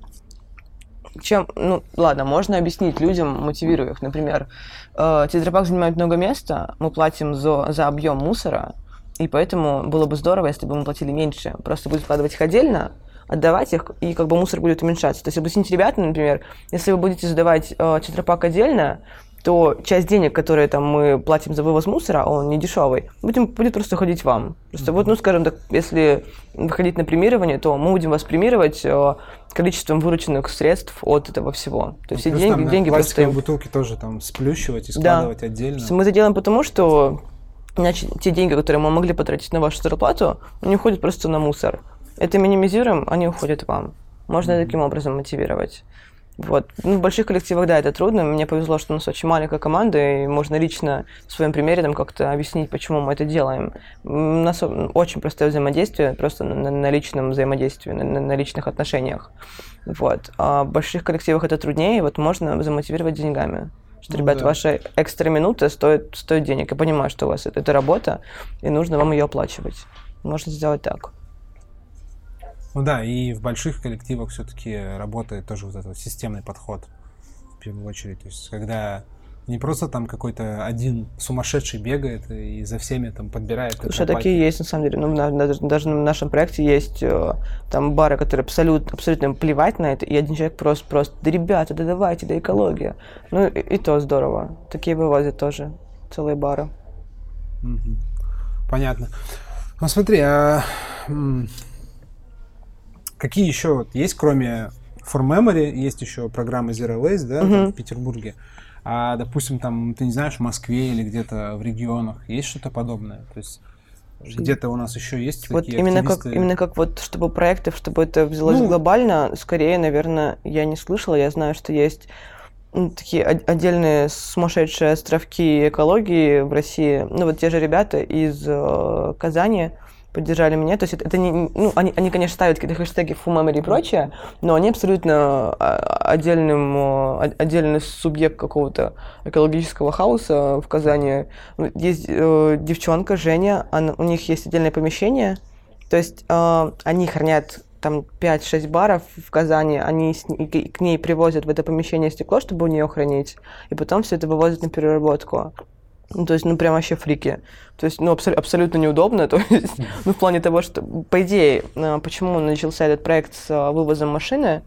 Speaker 2: ну, ладно, можно объяснить людям, мотивируя их. Например, тетрапак занимает много места, мы платим за объем мусора, и поэтому было бы здорово, если бы мы платили меньше. Просто будет складывать их отдельно, отдавать их, и как бы мусор будет уменьшаться. То есть объясните ребятам, например, если вы будете сдавать тетрапак отдельно, то часть денег, которые там мы платим за вывоз мусора, он не дешевый, будет просто ходить вам. Просто вот, ну, скажем так, если выходить на премирование, то мы будем вас премировать количеством вырученных средств от этого всего. То есть все деньги
Speaker 1: пластиковые бутылки тоже там сплющивать и складывать отдельно.
Speaker 2: Мы это делаем потому, что иначе те деньги, которые мы могли потратить на вашу зарплату, они уходят просто на мусор. Это минимизируем, они уходят вам. Можно таким образом мотивировать. Вот. Ну, в больших коллективах, да, это трудно. Мне повезло, что у нас очень маленькая команда, и можно лично в своем примере там как-то объяснить, почему мы это делаем. У нас очень простое взаимодействие, просто на личном взаимодействии, на личных отношениях. Вот. А в больших коллективах это труднее, вот можно замотивировать деньгами. Что, ребята, ваша экстра минута стоит денег. Я понимаю, что у вас это работа, и нужно вам ее оплачивать. Можно сделать так.
Speaker 1: Ну да, и в больших коллективах все-таки работает тоже вот этот системный подход в первую очередь. То есть когда не просто там какой-то один сумасшедший бегает и за всеми там подбирает.
Speaker 2: Слушай, такие есть на самом деле. Ну, даже в нашем проекте есть там бары, которые абсолютно плевать на это, и один человек просто да ребята, да давайте, да экология. Ну и то здорово. Такие вывозят тоже целые бары.
Speaker 1: Понятно. Ну смотри, какие еще есть, кроме For Memory, есть еще программа Zero Waste, да, там, в Петербурге. А, допустим, там, ты не знаешь, в Москве или где-то в регионах есть что-то подобное? То есть где-то у нас еще есть
Speaker 2: вот
Speaker 1: такие
Speaker 2: активисты? Именно как вот, чтобы проектов, чтобы это взялось глобально, скорее, наверное, я не слышала. Я знаю, что есть такие отдельные сумасшедшие островки экологии в России. Ну, вот те же ребята из Казани поддержали меня. То есть это не... Ну, они, конечно, ставят какие-то хэштеги For Memory и прочее, но они абсолютно отдельный субъект какого-то экологического хаоса в Казани. Есть девчонка, Женя, у них есть отдельное помещение, то есть они хранят там 5-6 баров в Казани, они к ней привозят в это помещение стекло, чтобы у нее хранить, и потом все это вывозят на переработку. Ну, то есть, ну, прям вообще фрики. То есть, ну, абсолютно неудобно. То есть, ну, в плане того, что, по идее, почему начался этот проект с вывозом машины,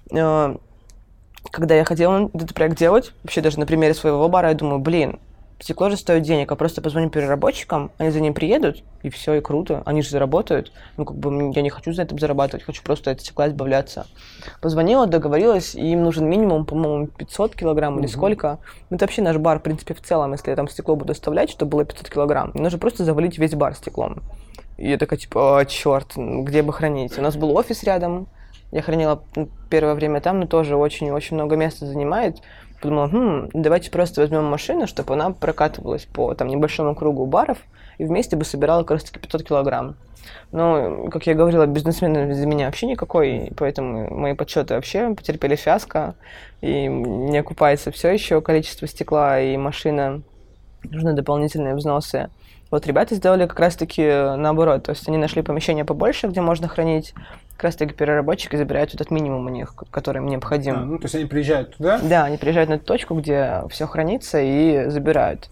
Speaker 2: когда я хотела этот проект делать, вообще даже на примере своего бара, я думаю, блин, стекло же стоит денег, а просто позвоню переработчикам, они за ним приедут, и все, и круто, они же заработают. Ну, как бы, я не хочу за это зарабатывать, хочу просто от стекла избавляться. Позвонила, договорилась, и им нужен минимум, по-моему, 500 килограмм или сколько. Ну, это вообще наш бар, в принципе, в целом, если я там стекло буду оставлять, чтобы было 500 килограмм, мне нужно просто завалить весь бар стеклом. И я такая, типа, черт, где бы хранить? У нас был офис рядом, я хранила первое время там, но тоже очень-очень много места занимает. подумала, давайте просто возьмем машину, чтобы она прокатывалась по там небольшому кругу баров и вместе бы собирала как раз-таки 500 килограмм. Но, как я говорила, бизнесмен из меня вообще никакой, поэтому мои подсчеты вообще потерпели фиаско, и не окупается все еще количество стекла, и машина, нужны дополнительные взносы. Вот ребята сделали как раз-таки наоборот, то есть они нашли помещение побольше, где можно хранить, как раз-таки переработчики забирают этот минимум у них, который им необходим.
Speaker 1: То есть они приезжают туда?
Speaker 2: Да, они приезжают на эту точку, где все хранится, и забирают.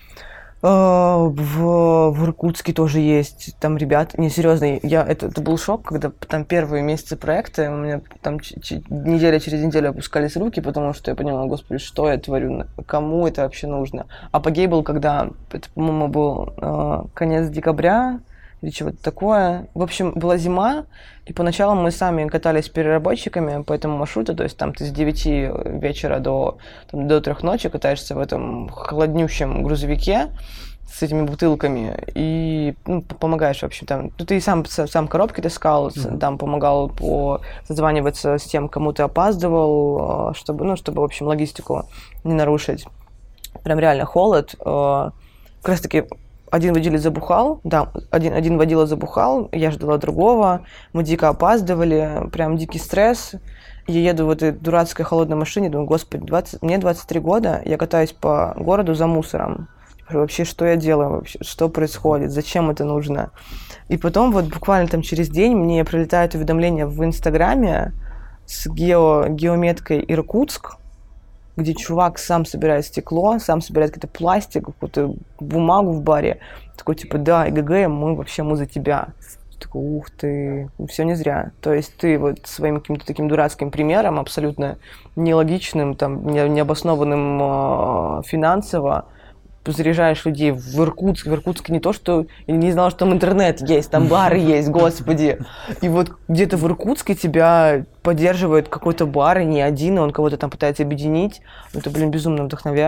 Speaker 2: В Иркутске тоже есть, там ребята, не, серьезно, это был шок, когда там первые месяцы проекта, у меня там неделя через неделю опускались руки, потому что я понимала, господи, что я творю, кому это вообще нужно. Апогей был, когда, это, по-моему, был конец декабря, или чего-то такое. В общем, была зима, и поначалу мы сами катались переработчиками по этому маршруту, то есть там ты с 9 вечера до 3 ночи катаешься в этом холоднющем грузовике с этими бутылками и помогаешь, в общем, там. Ты и сам коробки таскал, там помогал созваниваться с тем, кому ты опаздывал, чтобы, в общем, логистику не нарушить. Прям реально холод. Как раз-таки один водитель забухал, один водила забухал, я ждала другого, мы дико опаздывали, прям дикий стресс. Я еду в этой дурацкой холодной машине, думаю, господи, мне 23 года, я катаюсь по городу за мусором. Вообще, что я делаю, вообще, что происходит, зачем это нужно? И потом вот буквально там через день мне прилетает уведомление в Инстаграме с геометкой Иркутск, где чувак сам собирает стекло, сам собирает какой-то пластик, какую-то бумагу в баре. Такой, типа, да, ИГГ, мы за тебя. Такой, ух ты, все не зря. То есть ты вот своим каким-то таким дурацким примером, абсолютно нелогичным, там, необоснованным финансово, заряжаешь людей в Иркутск. В Иркутске не то, что... Я не знала, что там интернет есть, там бары есть, господи. И вот где-то в Иркутске тебя поддерживает какой-то бар, и не один, и он кого-то там пытается объединить. Это, безумно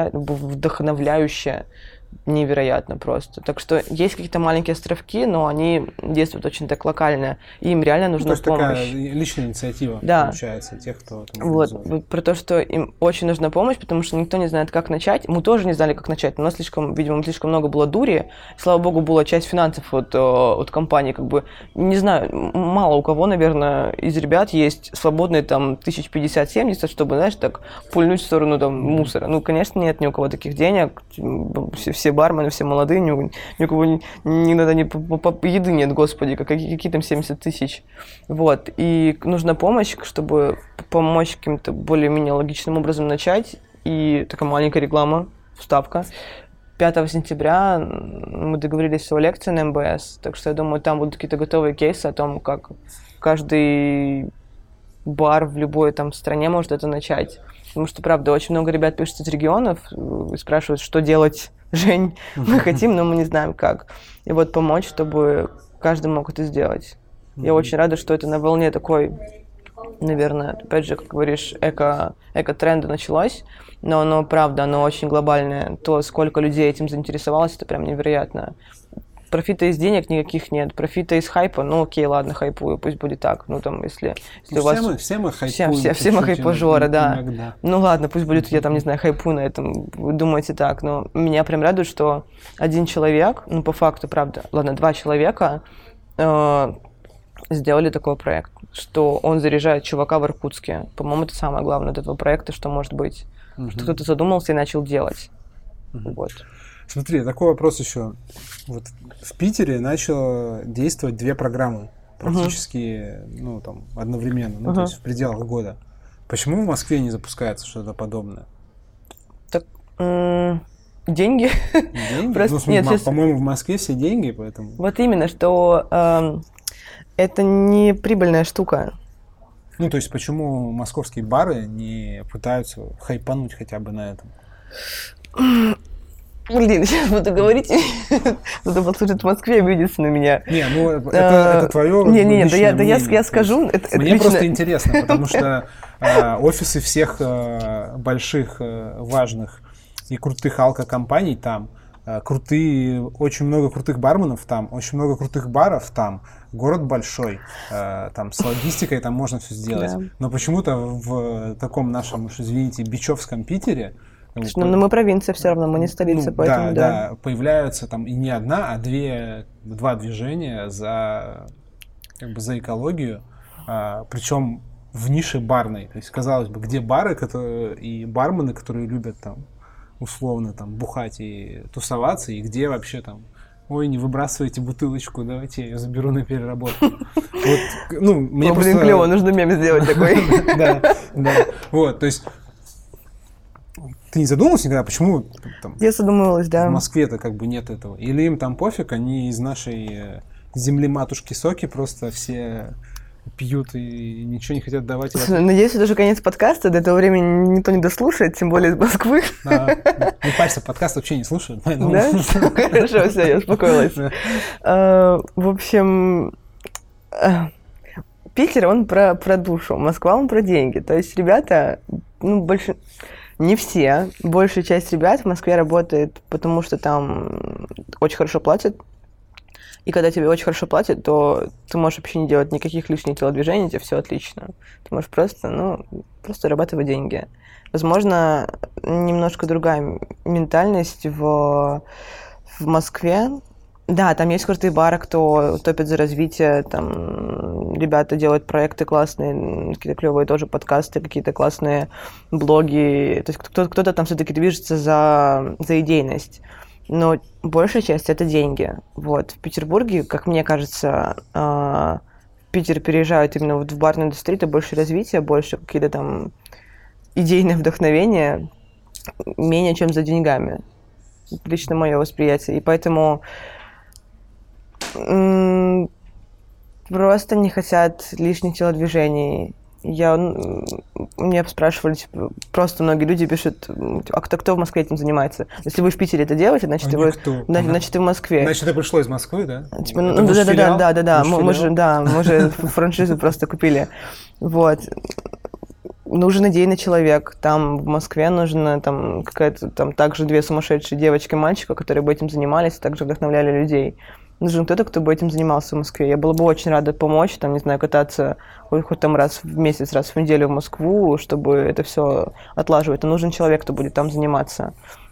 Speaker 2: вдохновляюще. Невероятно просто. Так что есть какие-то маленькие островки, но они действуют очень так локально. И им реально нужна помощь.
Speaker 1: Такая личная инициатива, получается, тех, кто там
Speaker 2: вот про то, что им очень нужна помощь, потому что никто не знает, как начать. Мы тоже не знали, как начать. У нас слишком много было дури. Слава богу, была часть финансов от компании. Не знаю, мало у кого, наверное, из ребят есть свободные там 1050-70, чтобы, знаешь, так пульнуть в сторону там мусора. Конечно, нет ни у кого таких денег. Все бармены, все молодые, ни у кого никогда еды нет, господи, какие там 70 тысяч. Вот. И нужна помощь, чтобы помочь каким-то более-менее логичным образом начать. И такая маленькая реклама, вставка. 5 сентября мы договорились с лекцией на МБС, так что я думаю, там будут какие-то готовые кейсы о том, как каждый бар в любой там стране может это начать. Потому что, правда, очень много ребят пишут из регионов и спрашивают, что делать, Жень, мы хотим, но мы не знаем как. И вот помочь, чтобы каждый мог это сделать. Я очень рада, что это на волне такой, наверное, опять же, как говоришь, эко-тренда началось, но оно, правда, оно очень глобальное. То, сколько людей этим заинтересовалось, это прям невероятно. Профита из денег никаких нет, профита из хайпа, окей, ладно, хайпую, пусть будет так. Если у вас...
Speaker 1: Все мы хайпуем.
Speaker 2: Все мы хайпажоры, да.
Speaker 1: Иногда.
Speaker 2: Ладно, пусть будет, я там, не знаю, хайпую на этом, вы думаете так, но меня прям радует, что один человек, по факту, правда, ладно, 2 человека сделали такой проект, что он заряжает чувака в Иркутске. По-моему, это самое главное от этого проекта, что может быть. Что кто-то задумался и начал делать. Вот.
Speaker 1: Смотри, такой вопрос еще. Вот в Питере начало действовать 2 программы практически, одновременно, то есть в пределах года. Почему в Москве не запускается что-то подобное?
Speaker 2: Так, деньги.
Speaker 1: Просто, нет, по-моему, в Москве все деньги, поэтому...
Speaker 2: Вот именно, что это не прибыльная штука.
Speaker 1: То есть почему московские бары не пытаются хайпануть хотя бы на этом?
Speaker 2: Сейчас буду говорить, кто-то послушает в Москве, обидится на меня.
Speaker 1: Это твое личное мнение.
Speaker 2: Я скажу.
Speaker 1: Мне просто интересно, потому что офисы всех больших, важных и крутых алкокомпаний там крутые, очень много крутых барменов там, очень много крутых баров там, город большой, там с логистикой там можно все сделать. Да. Но почему-то в таком нашем, уж извините, бичевском Питере...
Speaker 2: Но мы провинция все равно, мы не столица, поэтому
Speaker 1: да. Появляются там и не одна, а два движения за экологию, причем в нише барной. То есть, казалось бы, где бары и бармены, которые любят там условно там бухать и тусоваться, и где вообще там, ой, не выбрасывайте бутылочку, давайте я ее заберу на переработку.
Speaker 2: Мне просто... клево, нужно мем сделать такой.
Speaker 1: Да. Вот, то есть ты не задумывался никогда, почему там,
Speaker 2: я задумывалась, да.
Speaker 1: В Москве-то как бы нет этого? Или им там пофиг, они из нашей земли-матушки соки просто все пьют и ничего не хотят давать?
Speaker 2: Надеюсь, это уже конец подкаста, до этого времени никто не дослушает, тем более из Москвы.
Speaker 1: Не парься, подкаст вообще не слушают.
Speaker 2: Да? Хорошо, все, я успокоилась. В общем, Питер, он про душу, Москва, он про деньги. То есть ребята, больше... Не все. Большая часть ребят в Москве работает, потому что там очень хорошо платят. И когда тебе очень хорошо платят, то ты можешь вообще не делать никаких лишних телодвижений, тебе все отлично. Ты можешь просто зарабатывать деньги. Возможно, немножко другая ментальность в Москве. Да, там есть крутые бары, кто топит за развитие, там ребята делают проекты классные, какие-то клевые тоже подкасты, какие-то классные блоги. То есть кто-то там все-таки движется за идейность. Но большая часть — это деньги. Вот. В Петербурге, как мне кажется, в Питер переезжают именно вот в барную индустрию, это больше развития, больше какие-то там идейные вдохновения, менее чем за деньгами. Лично мое восприятие. И поэтому просто не хотят лишних телодвижений. Меня спрашивали, типа, просто многие люди пишут, а кто в Москве этим занимается? Если вы в Питере это делаете, значит, вы в Москве.
Speaker 1: Значит, ты пришло из Москвы, да?
Speaker 2: Типа, да. Мы же франшизу просто купили. Вот. Нужен идейный человек. Там в Москве нужна там какая-то там также две сумасшедшие девочки и мальчика, которые бы этим занимались, также вдохновляли людей. Нужен кто-то, кто бы этим занимался в Москве. Я была бы очень рада помочь, там, не знаю, кататься хоть там раз в месяц, раз в неделю в Москву, чтобы это все отлаживать. Но нужен человек, кто будет там заниматься.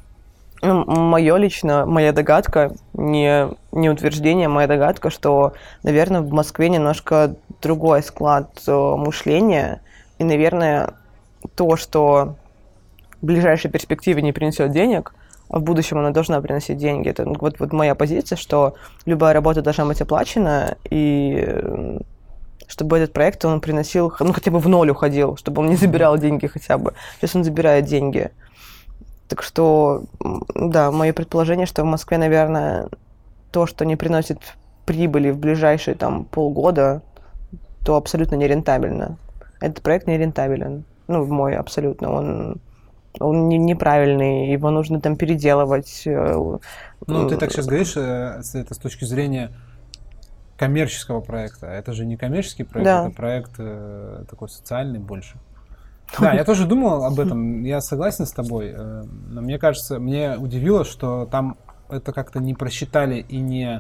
Speaker 2: Моя догадка, не утверждение, моя догадка, что, наверное, в Москве немножко другой склад мышления. И, наверное, то, что в ближайшей перспективе не принесет денег, а в будущем она должна приносить деньги. Это вот моя позиция, что любая работа должна быть оплачена, и чтобы этот проект он приносил, хотя бы в ноль уходил, чтобы он не забирал деньги хотя бы. Сейчас он забирает деньги. Так что, да, мое предположение, что в Москве, наверное, то, что не приносит прибыли в ближайшие там полгода, то абсолютно нерентабельно. Этот проект нерентабелен. Мой абсолютно. Он неправильный, его нужно там переделывать.
Speaker 1: Ты так сейчас говоришь, это с точки зрения коммерческого проекта. Это же не коммерческий проект, да. Это проект такой социальный больше. Да, я тоже думал об этом, я согласен с тобой, но мне кажется, мне удивило, что там это как-то не просчитали и не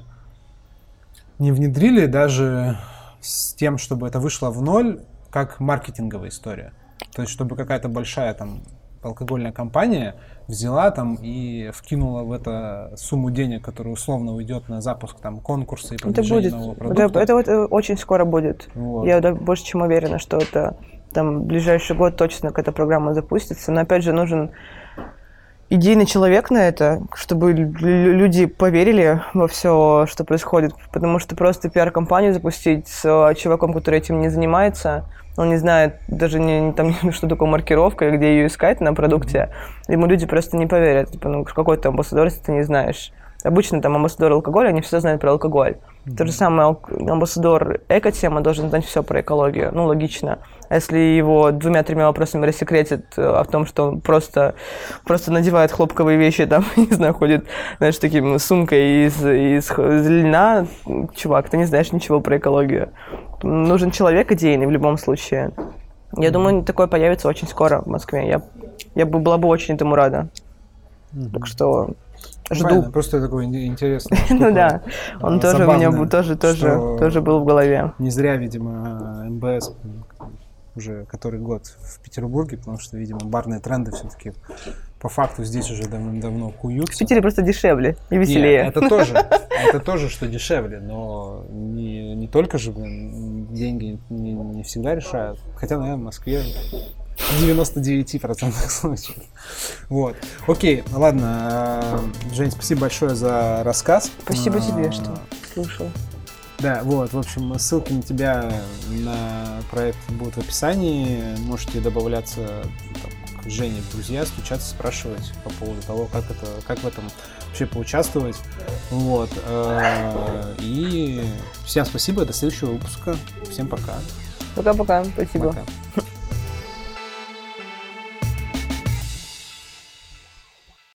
Speaker 1: внедрили даже с тем, чтобы это вышло в ноль, как маркетинговая история. То есть, чтобы какая-то большая там алкогольная компания взяла там и вкинула в это сумму денег, которая условно уйдет на запуск там конкурса и продвижение нового продукта.
Speaker 2: Это очень скоро будет. Вот. Я больше чем уверена, что это там в ближайший год точно какая-то программа запустится. Но опять же нужен идейный человек на это, чтобы люди поверили во все, что происходит. Потому что просто пиар-компанию запустить с чуваком, который этим не занимается, он не знает даже что такое маркировка, где ее искать на продукте, ему люди просто не поверят. Типа, какой ты амбассадор, если ты не знаешь. Обычно там амбассадор алкоголя, они все знают про алкоголь. То же самое амбассадор эко-темы должен знать все про экологию. Логично. А если его 2-3 вопросами рассекретят о том, что он просто надевает хлопковые вещи, там, не знаю, ходит, знаешь, таким сумкой из льна, чувак, ты не знаешь ничего про экологию. Нужен человек идейный в любом случае. Я думаю, такое появится очень скоро в Москве. Я была бы очень этому рада. Так что жду.
Speaker 1: Правильно, просто такой интересный.
Speaker 2: Ну да, он тоже у меня тоже был в голове.
Speaker 1: Не зря, видимо, МБС уже который год в Петербурге, потому что, видимо, барные тренды все-таки по факту здесь уже давным-давно куются.
Speaker 2: В Питере просто дешевле и веселее.
Speaker 1: Нет, это тоже, что дешевле, но не только же, деньги не всегда решают. Хотя, наверное, в Москве в 99% случаев. Вот. Окей, ладно. Жень, спасибо большое за рассказ.
Speaker 2: Спасибо тебе, что слушал.
Speaker 1: Да, вот, в общем, ссылки на тебя, на проект будут в описании. Можете добавляться там, к Жене в друзья, стучаться, спрашивать по поводу того, как в этом вообще поучаствовать. Вот. И всем спасибо, до следующего выпуска. Всем пока.
Speaker 2: Пока-пока, спасибо.
Speaker 1: Пока.